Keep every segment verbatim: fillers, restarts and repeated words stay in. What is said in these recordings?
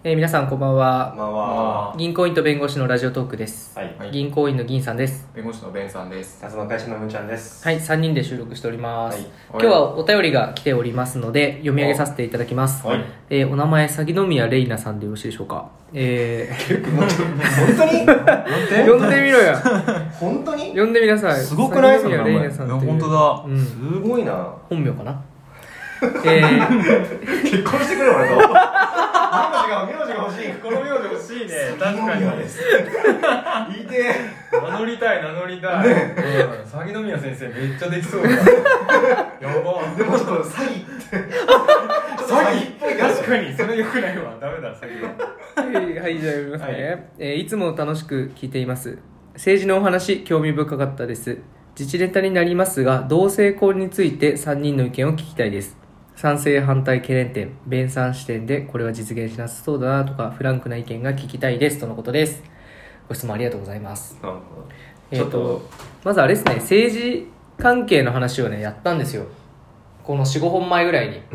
えー、皆さんこんばんは。 こんばんは。 銀行員と弁護士のラジオトークです。 はい。 銀行員の銀さんです。 弁護士の弁さんです。 夏の会社のむんちゃんです。 はい、さんにんで収録しております。 はい、 今日はお便りが来ておりますので読み上げさせていただきます。 はい。 えー、お名前鷺宮レイナさんでよろしいでしょうか。えー、 本当に？ 呼んでみろや。 本当に？ 呼んでみなさい。 すごくない？ 鷺宮レイナさんっていう。 いや本当だ。 うん。 すごいな。 本名かな。えー、 結婚してくれ俺と。名字が名字が欲しい。 この名字欲しいね。確かに。 です。言いて名乗りたい名乗りたい。ね、うん、鷺宮先生めっちゃできそうだ。やば。 でもちょっと詐欺って詐欺っぽいから。 確かにそれ良くないわ。ダメだ詐欺は。 はい、はい、じゃあ読みますね。 はい、 えー、いつも楽しく聞いています。政治のお話興味深かったです。自治ネタになりますが、同性婚についてさんにんの意見を聞きたいです。賛成反対懸念点、弁さん視点でこれは実現しなさそうだなとかフランクな意見が聞きたいですとのことです。ご質問ありがとうございます。 なるほど。 えーとまずあれですね、政治関係の話をねやったんですよ、この よん,ご 本前ぐらいに。 うん。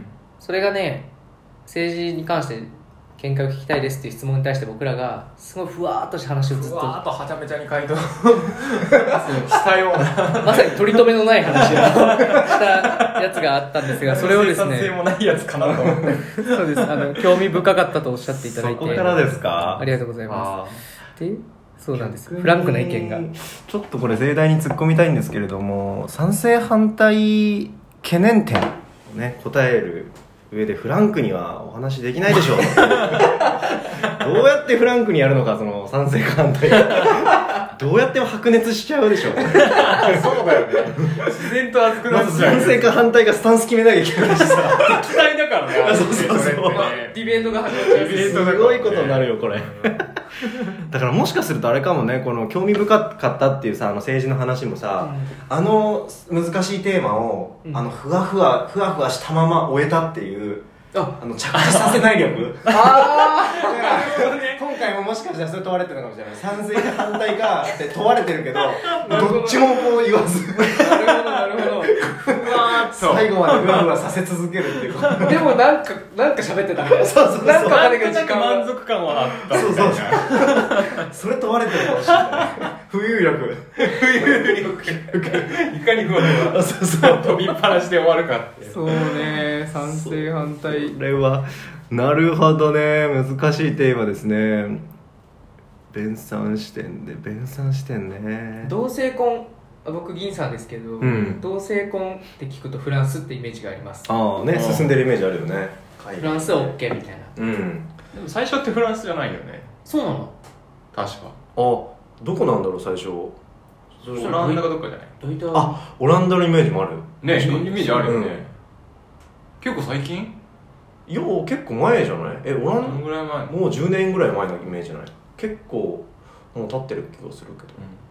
それがね、政治に関して見解を聞きたいですっていう質問に対して僕らがすごいふわーっとした話をずっとふわーっとはちゃめちゃに回答したようなまさに取り留めのない話をしたやつがあったんですが、それをですね、 生産性もないやつかなと思ってそうです、あの興味深かったとおっしゃっていただいて、 そこからですか？ ありがとうございますで、そうなんです、フランクな意見が。 ちょっとこれ盛大に突っ込みたいんですけれども、賛成反対懸念点をね答える上でフランクにはお話できないでしょうどうやってフランクにやるのか、その賛成か反対かどうやっても白熱しちゃうでしょうそうだよね。自然と熱くなまっちゃう。 ず賛成か反対かスタンス決めなきゃいけないしさ期待だからね。 そうそうそう、 まあね、 ディベートが始まっちゃう。 ディベートだからね、 すごいことになるよこれだからもしかするとあれかもね、この興味深かったっていうさ、あの政治の話もさ、うん、あの難しいテーマを、うん、あのふわふわふわふわしたまま終えたっていうああの着地させない力ああ今回ももしかしたらそれ問われてるかもしれない。賛成か反対かって問われてるけどどっちもこう言わずなるほどなるほど最後までふわふわさせ続けるっていうでもなんかなんか喋ってたみたいなそうそうそう、 なんかなんか満足感はあったそうそうそうそれ問われてるかもしれない浮遊力浮遊力いかにふわふわそうそう飛びっぱなしで終わるかって。 そうね、賛成反対、 これはなるほどね、難しいテーマですね。弁さん視点で弁さん視点ね。 同性婚、僕銀さんですけど、うん、同性婚って聞くとフランスってイメージがあります。 ああね、進んでるイメージあるよね。 フランスは OK みたいな。 うん。 でも最初ってフランスじゃないよね。 そうなの？ 確か。 あ、どこなんだろう最初。 オランダかどっかじゃない？ あ、オランダのイメージもある。 ね、イメージあるよね。うん、結構最近？ いや結構前じゃない？え、オランダどのぐらい前？ もうじゅうねんぐらい前のイメージじゃない？結構もう経ってる気がするけど、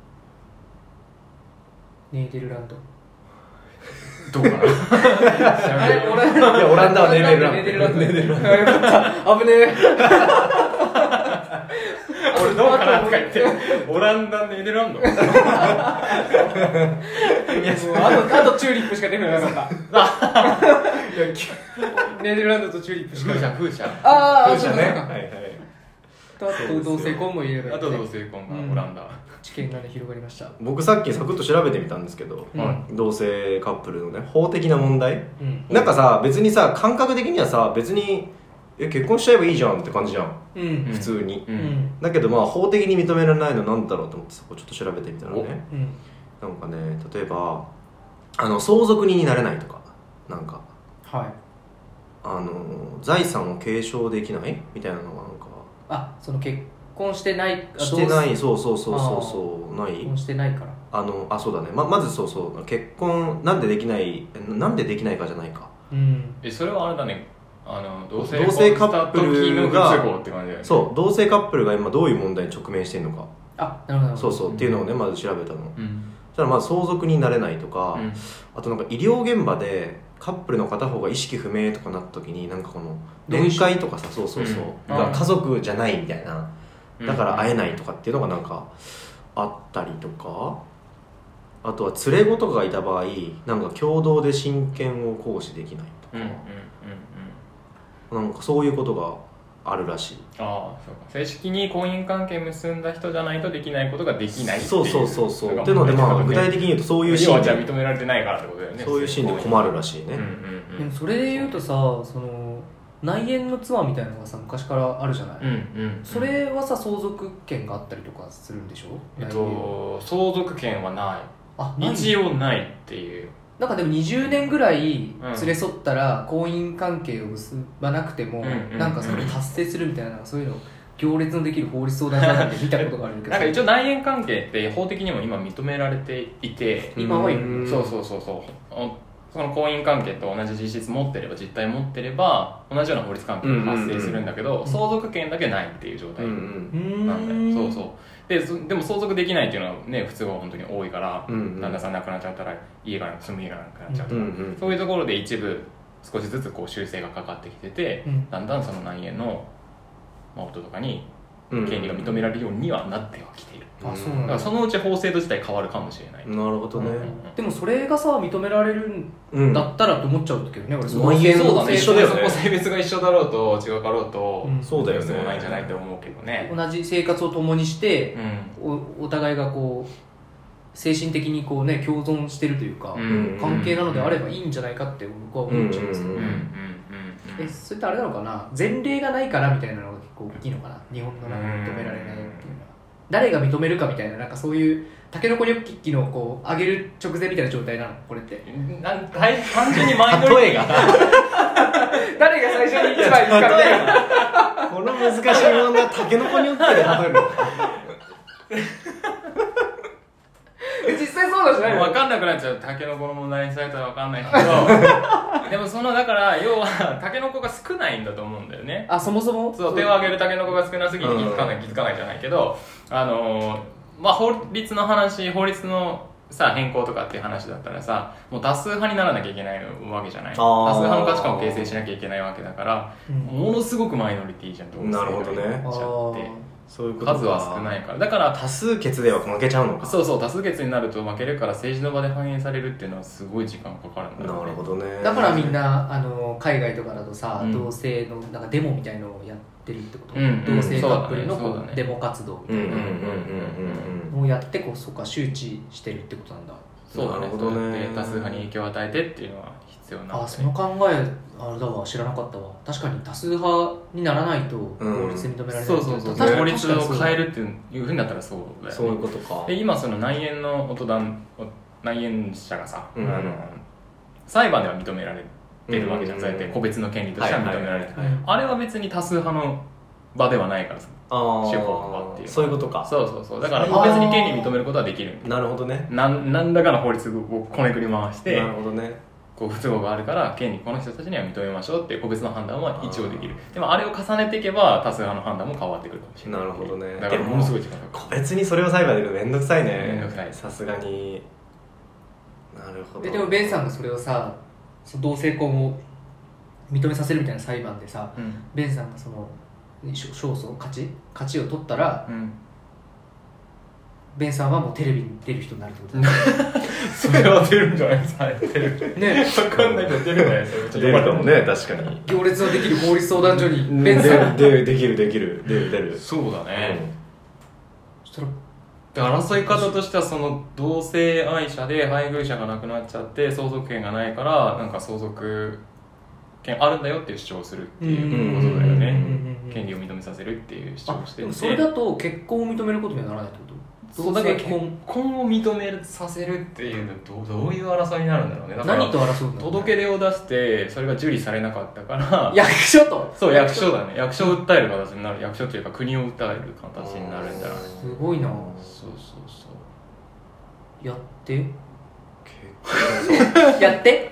うん、ネーデルランドどうかないやオランダはネーデルランドネーデルランドネーデルランドよかった危ねえ俺どうかなとか言ってオランダネーデルランドいやあとあとチューリップしか出てなかったネーデルランドとチューリップしか風車風車ああ風車ね、はいはい、 あと同性婚も入れればいい、ね、 あと同性婚がオランダ、うん、 知見がね広がりました。 僕さっきサクッと調べてみたんですけど、うん、同性カップルのね法的な問題、うん、なんかさ別にさ感覚的にはさ別にえ結婚しちゃえばいいじゃんって感じじゃん、うん、普通に、うん、だけどまあ法的に認められないのなんだろうと思ってそこちょっと調べてみたらね、うん、なんかね例えばあの相続人になれないとかなんかはいあの財産を継承できないみたいなのがなんかあその結婚してないしてないそうそうそうそうそうない結婚してないからあのあそうだね ま, まずそうそう結婚なんでできないなんでできないかじゃないか、 うん、えそれはあれだねあの同性同性カップルがって感じだよね。 そう同性カップルが今どういう問題に直面してるのかあなるほどそうそう、うん、っていうのをねまず調べたの、 うん、 そしたらまず相続になれないとか、 うん、 あとなんか医療現場でカップルの片方が意識不明とかなった時になんかこの面会とかさそうそうそう、うん、が家族じゃないみたいなだから会えないとかっていうのがなんかあったりとか、あとは連れ子とかがいた場合なんか共同で親権を行使できないとか、うんうんうんうん、なんかそういうことがあるらしい。 ああそうか、正式に婚姻関係結んだ人じゃないとできないことができないっていう。 そうそうそうそう。 のがっていうので、まあ具体的に言うとそういうシーン要はじゃあ認められてないからってことだよね。 そういうシーンで困るらしいね。 うんうんうん、 でもそれで言うとさ、その内縁の妻みたいなのがさ昔からあるじゃない、 うんうんうん、 それはさ相続権があったりとかするんでしょ？ えっと相続権はない。 あ、ない一応ないっていう。 なんかでもにじゅうねんぐらい連れ添ったら婚姻関係を結ばなくても、 うんうんうん、 なんかそれ達成するみたいな、なんかそういうの行列のできる法律相談所なんて見たことがあるけどなんか一応内縁関係って法的にも今認められていて、 今はいる。 そうそうそうそう、その婚姻関係と同じ実質持ってれば、実態持ってれば同じような法律関係が発生するんだけど、 うんうんうん、 相続権だけないっていう状態なんだよ、 うんうん、 そうそうで。でも相続できないっていうのはね普通は本当に多いから、 うんうん、 旦那さん亡くなっちゃったら家が住む家がなくなっちゃうとか、 うんうん、 そういうところで一部少しずつこう修正がかかってきてて、うん、だんだんその内縁の、まあ、夫とかに権利が認められるようにはなってはきている、 うん、あ、そうなんだ。 だからそのうち法制度自体変わるかもしれない。 なるほどね、うんうんうん、 でもそれがさ認められるんだったらと思っちゃうんだけどね、うん、俺その内縁の一緒だよね。そこ性別が一緒だろうと違うかろうと、 うん、そうだよね。 必要ないんじゃないって思うけどね。 同じ生活を共にして、うん、お, お互いがこう精神的にこうね共存してるというか、うん、関係なのであればいいんじゃないかって僕は思っちゃうんですけどね。え、それってあれなのかな、前例がないからみたいなのが結構大きいのかな、日本の中で認められないっていうのは。誰が認めるかみたいな、なんかそういうタケノコニョッキッキのこう上げる直前みたいな状態なのこれって。 なん単純にマイノリティが誰が最初に一番言うかみたいなこの難しい問題タケノコニョッキで例えるの実際そうだじゃないの？ 分かんなくなっちゃう。タケノコの問題にされたら分かんないけどでもそのだから要はタケノコが少ないんだと思うんだよね。 あ、そもそもそう、手を挙げるタケノコが少なすぎて気づかない、気づかないじゃないけど、あのまあ法律の話、法律のさ変更とかっていう話だったらさ、もう多数派にならなきゃいけないわけじゃない。多数派の価値観を形成しなきゃいけないわけだから、うん、ものすごくマイノリティじゃん、どうなるほどね。 なっちゃってそういうことか。 数は少ないから。だから多数決では負けちゃうのか。 そうそう、多数決になると負けるから政治の場で反映されるっていうのはすごい時間かかるんだろうね。 なるほどね。 だからみんなあの海外とかだとさ、うん、同性のなんかデモみたいのをやってるってこと、うん、同性カップルのこう、ねね、デモ活動みたいなのをやってこう、そっか周知してるってことなんだ。 そうだね。なるほどね。多数派に影響を与えてっていうのは必要な、ね。 あ、その考えあれだわ、知らなかったわ。確かに多数派にならないと法律で認められない、うん、 そうそうそう。法律を変えるっていうふうになったらそうだよね。 そういうことか。 で今その内縁の音団内縁者がさ、うん、あの裁判では認められてるわけじゃん。そうやって個別の権利としては認められてる、はいはいはい、あれは別に多数派の場ではないからさ。司法の場っていう。 そういうことか。 そうそうそう。だから個別に権利認めることはできる。 なるほどね。 なん何らかの法律をこねくり回して。 なるほどね。 こう不都合があるから権利この人たちには認めましょうっていう個別の判断は一応できる。でもあれを重ねていけば多数派の判断も変わってくるかもしれない。 なるほどね。 だからものすごい時間かかる。 個別にそれを裁判で言うのめんどくさいね。 めんどくさい。 さすがに。なるほど。 で, でもベンさんがそれをさ、同性婚を認めさせるみたいな裁判でさ、うん、ベンさんがその勝訴勝ち勝ちを取ったら、うん、ベンさんはもうテレビに出る人になるってことだねそれは出るんじゃないですかね。出るね、分かんないけど出るんじゃないですか。 出るかもね、確かに。 行列のできる法律相談所にベンさんででできるできる出る出る。 そうだね、 うん、そしたらで争い方としてはその同性愛者で配偶者が亡くなっちゃって相続権がないからなんか相続権あるんだよっていう主張をするっていうことだよね。権利を認めさせるっていう主張をしてて、 それだと結婚を認めることにはならないってこと？ そうだから結婚を認めさせるっていうのは ど, どういう争いになるんだろうね。だから何と争うんだろう。 届け出を出してそれが受理されなかったから役所とそう役所だね。役所を訴える形になる。役所というか国を訴える形になるんじゃない。 すごいな。 そうそうそうやってやって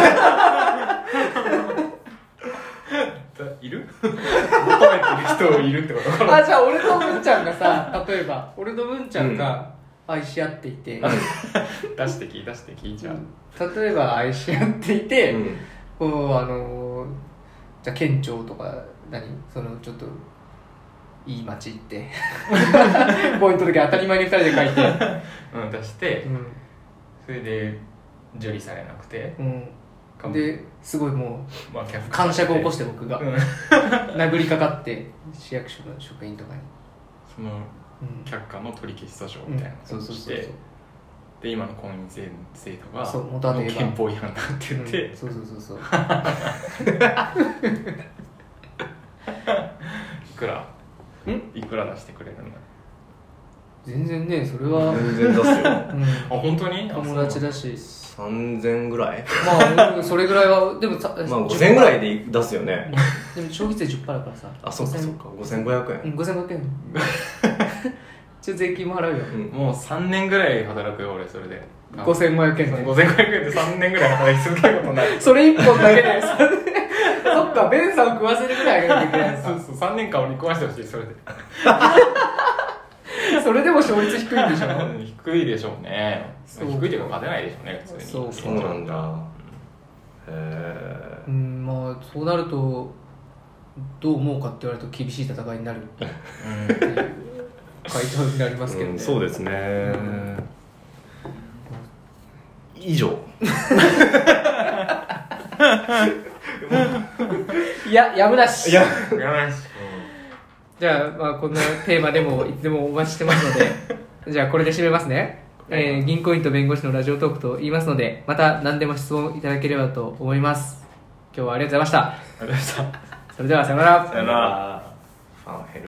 いる求めてる人いるってことかな。 あ、じゃあ俺と文ちゃんがさ、例えば俺と文ちゃんが愛し合っていて、うん、 出してき出してきじゃあ例えば愛し合っていて、うん、こうあのじゃあ県庁とか何そのちょっといい街行って婚姻届当たり前にふたりで書いて、 うん、出して、うん、それで受理されなくて、 うん、 ですごいもうまあ、 感触を起こして僕が、 うん、 殴りかかって市役所の職員とかにその却下の取り消し訴訟みたいなのをして、で今の婚姻制制度がそう元はといえば憲法違反だって言って、 うん、そうそうそうそういくらんいくら出してくれるんだ。 全然ねそれは全然出すよ、 うん、 あ本当に友達だしさんぜんぐらいまあそれぐらいはでもさまあごせんぐらいで出すよね。 でも消費税 じゅっパーセント だからさあ、そうかそうか、ごせんごひゃくえん、 うん、ごせんごひゃくえんちょっと税金も払うよ、 うん、もうさんねんぐらい働くよ俺それでごせんごひゃくえんでごせんごひゃくえんでさんねんぐらい働き続けることになるそれいっぽんだけでそっかベンさんを食わせるぐらいあげなきゃいけないそうそうさんねんかんを離婚してほしいそれでそれでも勝率低いんでしょ低いでしょうね。低いというか勝てないでしょうね普通に。 そうそうなんだ。へえ。 うんまあそうなるとどう思うかって言われると厳しい戦いになるっていう回答になりますけどね、 うん、そうですね、うん、以上いややむなしいややむなしじゃあ、まあ、こんなテーマでもいつでもお待ちしてますのでじゃあこれで締めますね、えー、銀行員と弁護士のラジオトークと言いますのでまた何でも質問いただければと思います。今日はありがとうございました。 ありがとうございました。 それではさよなら。 さよなら。 ファン減る。